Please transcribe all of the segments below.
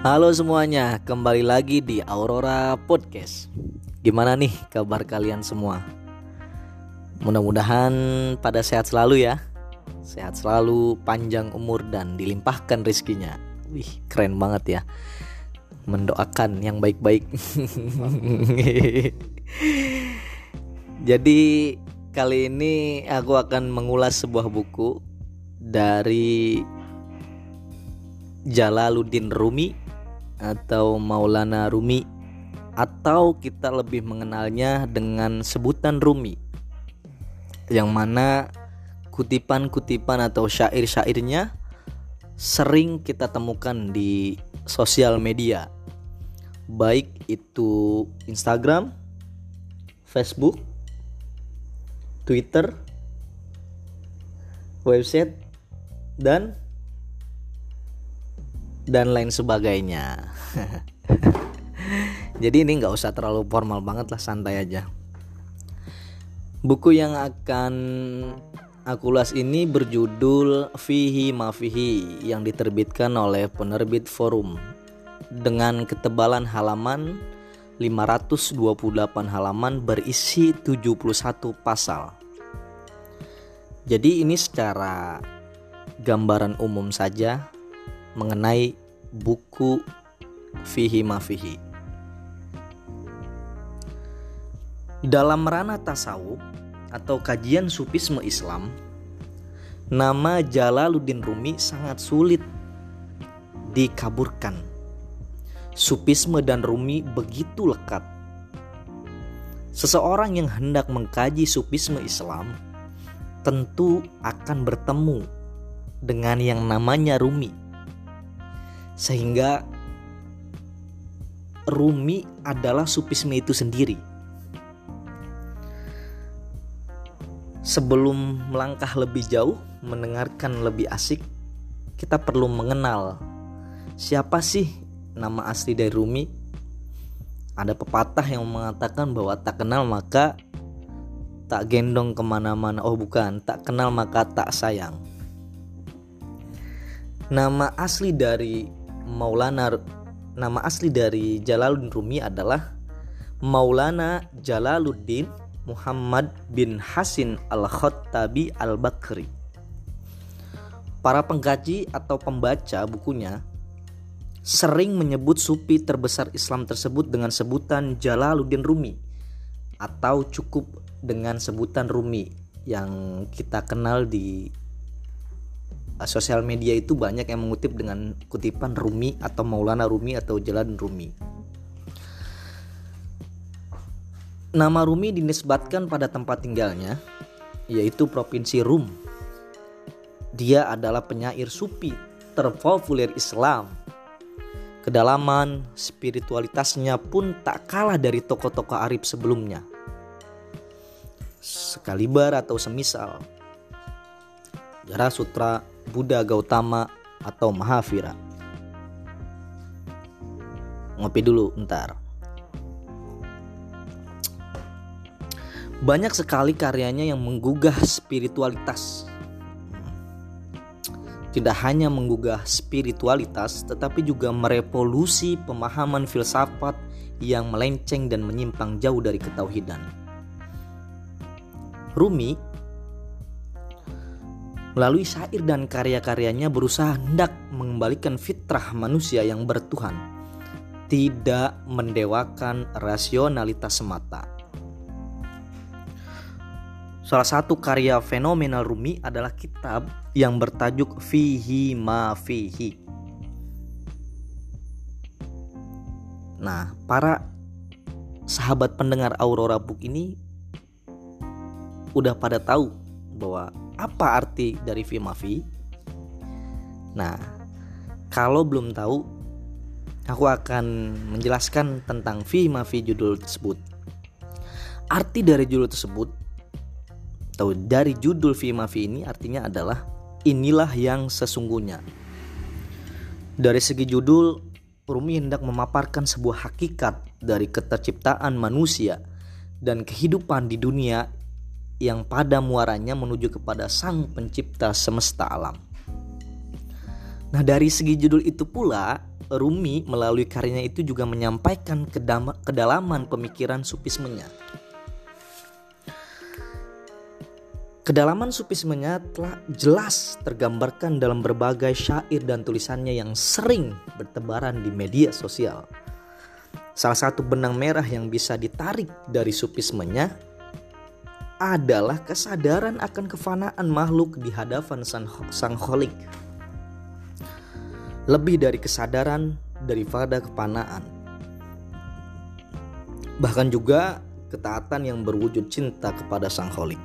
Halo semuanya, kembali lagi di Aurora Podcast. Gimana nih kabar kalian semua? Mudah-mudahan pada sehat selalu ya. Sehat selalu, panjang umur dan dilimpahkan rezekinya. Wih, keren banget ya. Mendoakan yang baik-baik. Jadi kali ini aku akan mengulas sebuah buku dari Jalaluddin Rumi atau Maulana Rumi, atau kita lebih mengenalnya dengan sebutan Rumi, yang mana kutipan-kutipan atau syair-syairnya sering kita temukan di sosial media, baik itu Instagram, Facebook, Twitter, website, dan lain sebagainya. Jadi ini gak usah terlalu formal banget lah, santai aja. Buku yang akan aku ulas ini berjudul Fihi Ma Fihi, yang diterbitkan oleh penerbit Forum dengan ketebalan halaman 528 halaman, berisi 71 pasal. Jadi ini secara gambaran umum saja mengenai buku Fihi Ma Fihi. Dalam ranah tasawuf atau kajian sufisme Islam, nama Jalaluddin Rumi sangat sulit dikaburkan. Sufisme dan Rumi begitu lekat. Seseorang yang hendak mengkaji sufisme Islam tentu akan bertemu dengan yang namanya Rumi. Sehingga Rumi adalah sufisme itu sendiri. Sebelum melangkah lebih jauh, mendengarkan lebih asik, kita perlu mengenal siapa sih nama asli dari Rumi. Ada pepatah yang mengatakan bahwa tak kenal maka tak gendong kemana-mana. Oh bukan, tak kenal maka tak sayang. Nama asli dari Jalaluddin Rumi adalah Maulana Jalaluddin Muhammad bin Hasin Al-Khattabi Al-Bakri. Para pengkaji atau pembaca bukunya sering menyebut sufi terbesar Islam tersebut dengan sebutan Jalaluddin Rumi, atau cukup dengan sebutan Rumi. Yang kita kenal di sosial media itu banyak yang mengutip dengan kutipan Rumi atau Maulana Rumi atau Jalaluddin Rumi. Nama Rumi dinisbatkan pada tempat tinggalnya, yaitu Provinsi Rum. Dia adalah penyair sufi terpopuler Islam. Kedalaman spiritualitasnya pun tak kalah dari tokoh-tokoh Arab sebelumnya, sekaliber atau semisal Jarasutra, Buddha Gautama, atau Mahavira. Ngopi dulu bentar. Banyak sekali karyanya yang menggugah spiritualitas. Tidak hanya menggugah spiritualitas, tetapi juga merevolusi pemahaman filsafat yang melenceng dan menyimpang jauh dari ketauhidan. Rumi melalui syair dan karya-karyanya berusaha hendak mengembalikan fitrah manusia yang bertuhan, tidak mendewakan rasionalitas semata. Salah satu karya fenomenal Rumi adalah kitab yang bertajuk Fihi Ma Fihi. Nah, para sahabat pendengar Aurora Book ini udah pada tahu bahwa apa arti dari Fihi Ma Fihi? Nah, kalau belum tahu, aku akan menjelaskan tentang Fihi Ma Fihi judul tersebut. Arti dari judul tersebut, atau dari judul Fihi Ma Fihi ini, artinya adalah inilah yang sesungguhnya. Dari segi judul, Rumi hendak memaparkan sebuah hakikat dari keterciptaan manusia dan kehidupan di dunia yang pada muaranya menuju kepada Sang Pencipta semesta alam. Nah, dari segi judul itu pula, Rumi melalui karyanya itu juga menyampaikan kedalaman pemikiran sufismenya. Kedalaman sufismenya telah jelas tergambarkan dalam berbagai syair dan tulisannya yang sering bertebaran di media sosial. Salah satu benang merah yang bisa ditarik dari sufismenya adalah kesadaran akan kefanaan makhluk di hadapan Sang Kholik. Lebih dari kesadaran daripada kefanaan. Bahkan juga ketaatan yang berwujud cinta kepada Sang Kholik.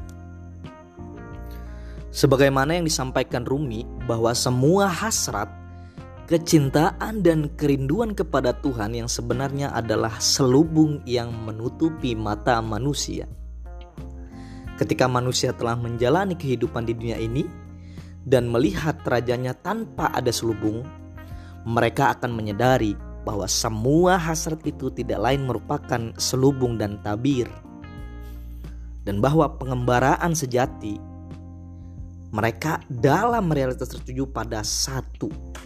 Sebagaimana yang disampaikan Rumi bahwa semua hasrat, kecintaan dan kerinduan kepada Tuhan yang sebenarnya adalah selubung yang menutupi mata manusia. Ketika manusia telah menjalani kehidupan di dunia ini dan melihat rajanya tanpa ada selubung, mereka akan menyadari bahwa semua hasrat itu tidak lain merupakan selubung dan tabir. Dan bahwa pengembaraan sejati mereka dalam realitas tertuju pada satu.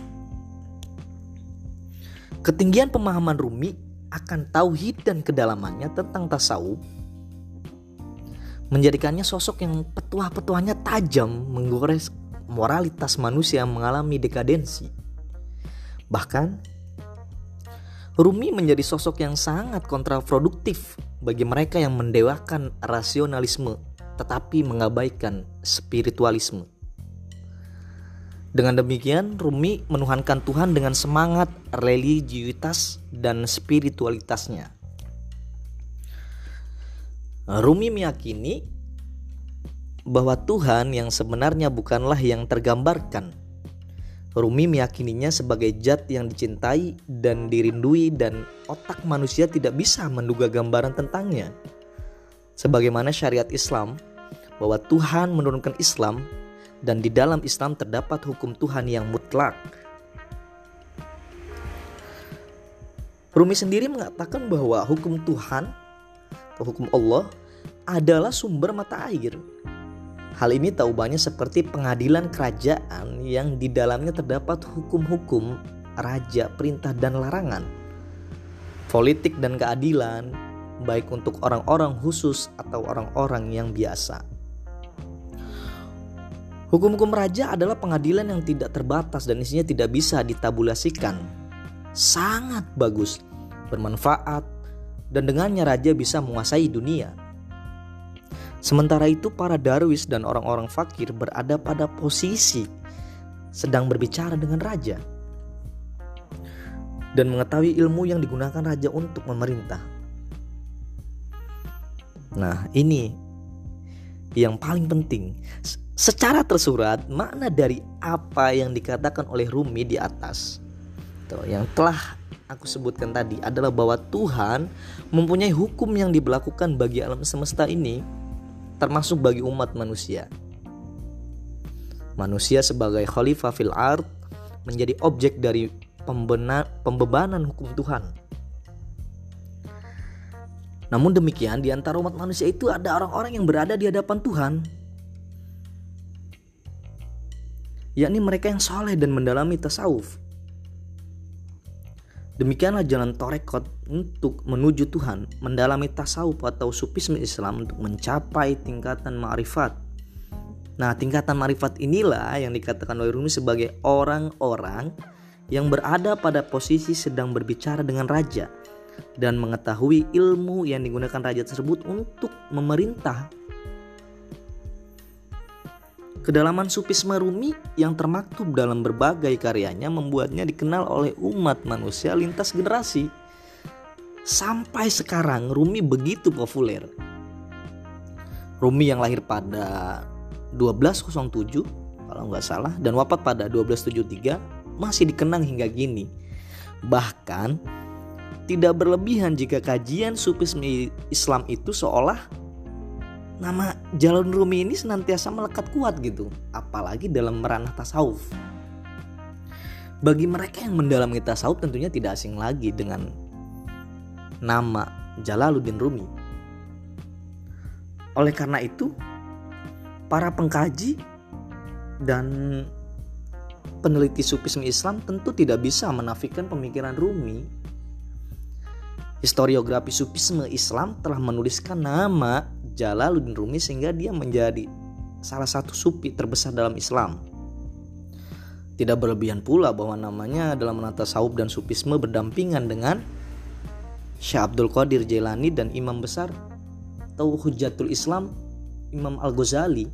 Ketinggian pemahaman Rumi akan tauhid dan kedalamannya tentang tasawuf menjadikannya sosok yang petuah-petuahnya tajam menggores moralitas manusia yang mengalami dekadensi. Bahkan Rumi menjadi sosok yang sangat kontraproduktif bagi mereka yang mendewakan rasionalisme tetapi mengabaikan spiritualisme. Dengan demikian, Rumi menuhankan Tuhan dengan semangat religiusitas dan spiritualitasnya. Rumi meyakini bahwa Tuhan yang sebenarnya bukanlah yang tergambarkan. Rumi meyakininya sebagai zat yang dicintai dan dirindui dan otak manusia tidak bisa menduga gambaran tentangnya. Sebagaimana syariat Islam bahwa Tuhan menurunkan Islam dan di dalam Islam terdapat hukum Tuhan yang mutlak. Rumi sendiri mengatakan bahwa hukum Tuhan atau hukum Allah adalah sumber mata air. Hal ini tak ubahnya seperti pengadilan kerajaan yang di dalamnya terdapat hukum-hukum raja, perintah dan larangan, politik dan keadilan, baik untuk orang-orang khusus atau orang-orang yang biasa. Hukum-hukum raja adalah pengadilan yang tidak terbatas dan isinya tidak bisa ditabulasikan. Sangat bagus, bermanfaat, dan dengannya raja bisa menguasai dunia. Sementara itu para darwis dan orang-orang fakir berada pada posisi sedang berbicara dengan raja dan mengetahui ilmu yang digunakan raja untuk memerintah. Nah, ini yang paling penting. Secara tersurat, makna dari apa yang dikatakan oleh Rumi di atas, yang telah aku sebutkan tadi, adalah bahwa Tuhan mempunyai hukum yang diberlakukan bagi alam semesta ini, termasuk bagi umat manusia. Manusia sebagai khalifah fil ard menjadi objek dari pembebanan hukum Tuhan. Namun demikian, di antara umat manusia itu ada orang-orang yang berada di hadapan Tuhan, yakni mereka yang soleh dan mendalami tasawuf. Demikianlah jalan torekot untuk menuju Tuhan, mendalami tasawuf atau sufisme Islam untuk mencapai tingkatan ma'rifat. Nah, tingkatan ma'rifat inilah yang dikatakan oleh Rumi sebagai orang-orang yang berada pada posisi sedang berbicara dengan raja dan mengetahui ilmu yang digunakan raja tersebut untuk memerintah. Kedalaman sufisme Rumi yang termaktub dalam berbagai karyanya membuatnya dikenal oleh umat manusia lintas generasi. Sampai sekarang Rumi begitu populer. Rumi yang lahir pada 1207 kalau nggak salah dan wafat pada 1273 masih dikenang hingga kini. Bahkan tidak berlebihan jika kajian sufisme Islam itu seolah nama Jalal Rumi ini senantiasa melekat kuat gitu, apalagi dalam ranah tasawuf. Bagi mereka yang mendalami tasawuf tentunya tidak asing lagi dengan nama Jalaluddin Rumi. Oleh karena itu, para pengkaji dan peneliti sufisme Islam tentu tidak bisa menafikan pemikiran Rumi. Historiografi sufisme Islam telah menuliskan nama Jalaluddin Rumi sehingga dia menjadi salah satu sufi terbesar dalam Islam. Tidak berlebihan pula bahwa namanya dalam menata tasawuf dan sufisme berdampingan dengan Syekh Abdul Qadir Jailani dan imam besar atau Hujjatul Islam Imam Al-Ghazali.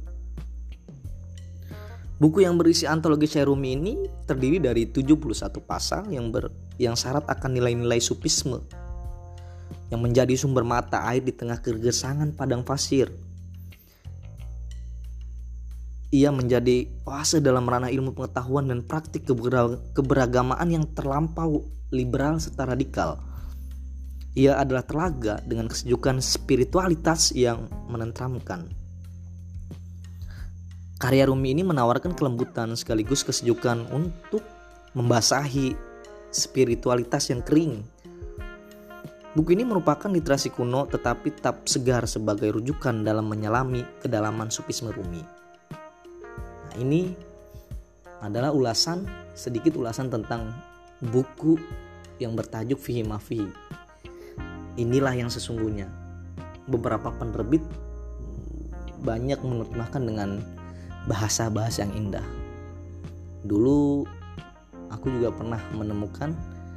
Buku yang berisi antologi Syekh Rumi ini terdiri dari 71 pasal yang syarat akan nilai-nilai sufisme, yang menjadi sumber mata air di tengah kegersangan padang pasir. Ia menjadi oase dalam ranah ilmu pengetahuan dan praktik keberagamaan yang terlampau liberal serta radikal. Ia adalah telaga dengan kesejukan spiritualitas yang menenteramkan. Karya Rumi ini menawarkan kelembutan sekaligus kesejukan untuk membasahi spiritualitas yang kering. Buku ini merupakan literasi kuno tetapi tetap segar sebagai rujukan dalam menyelami kedalaman sufisme Rumi. Nah, ini adalah sedikit ulasan tentang buku yang bertajuk Fihi Ma Fihi. Inilah yang sesungguhnya. Beberapa penerbit banyak menerjemahkan dengan bahasa-bahasa yang indah. Dulu aku juga pernah menemukan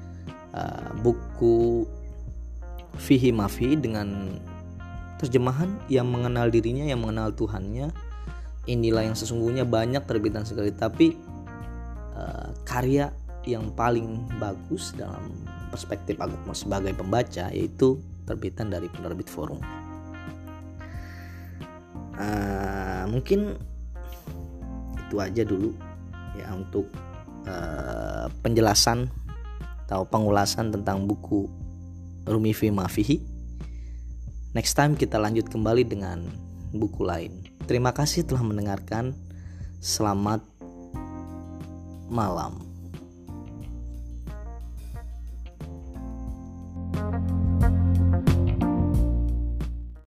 buku Fihi Ma Fihi dengan terjemahan yang mengenal dirinya, yang mengenal Tuhannya. Inilah yang sesungguhnya, banyak terbitan sekali. Tapi karya yang paling bagus dalam perspektif aku sebagai pembaca yaitu terbitan dari penerbit Forum. Mungkin itu aja dulu ya untuk penjelasan atau pengulasan tentang buku Rumi Fihi Ma Fihi. Next time kita lanjut kembali dengan buku lain. Terima kasih telah mendengarkan. Selamat malam.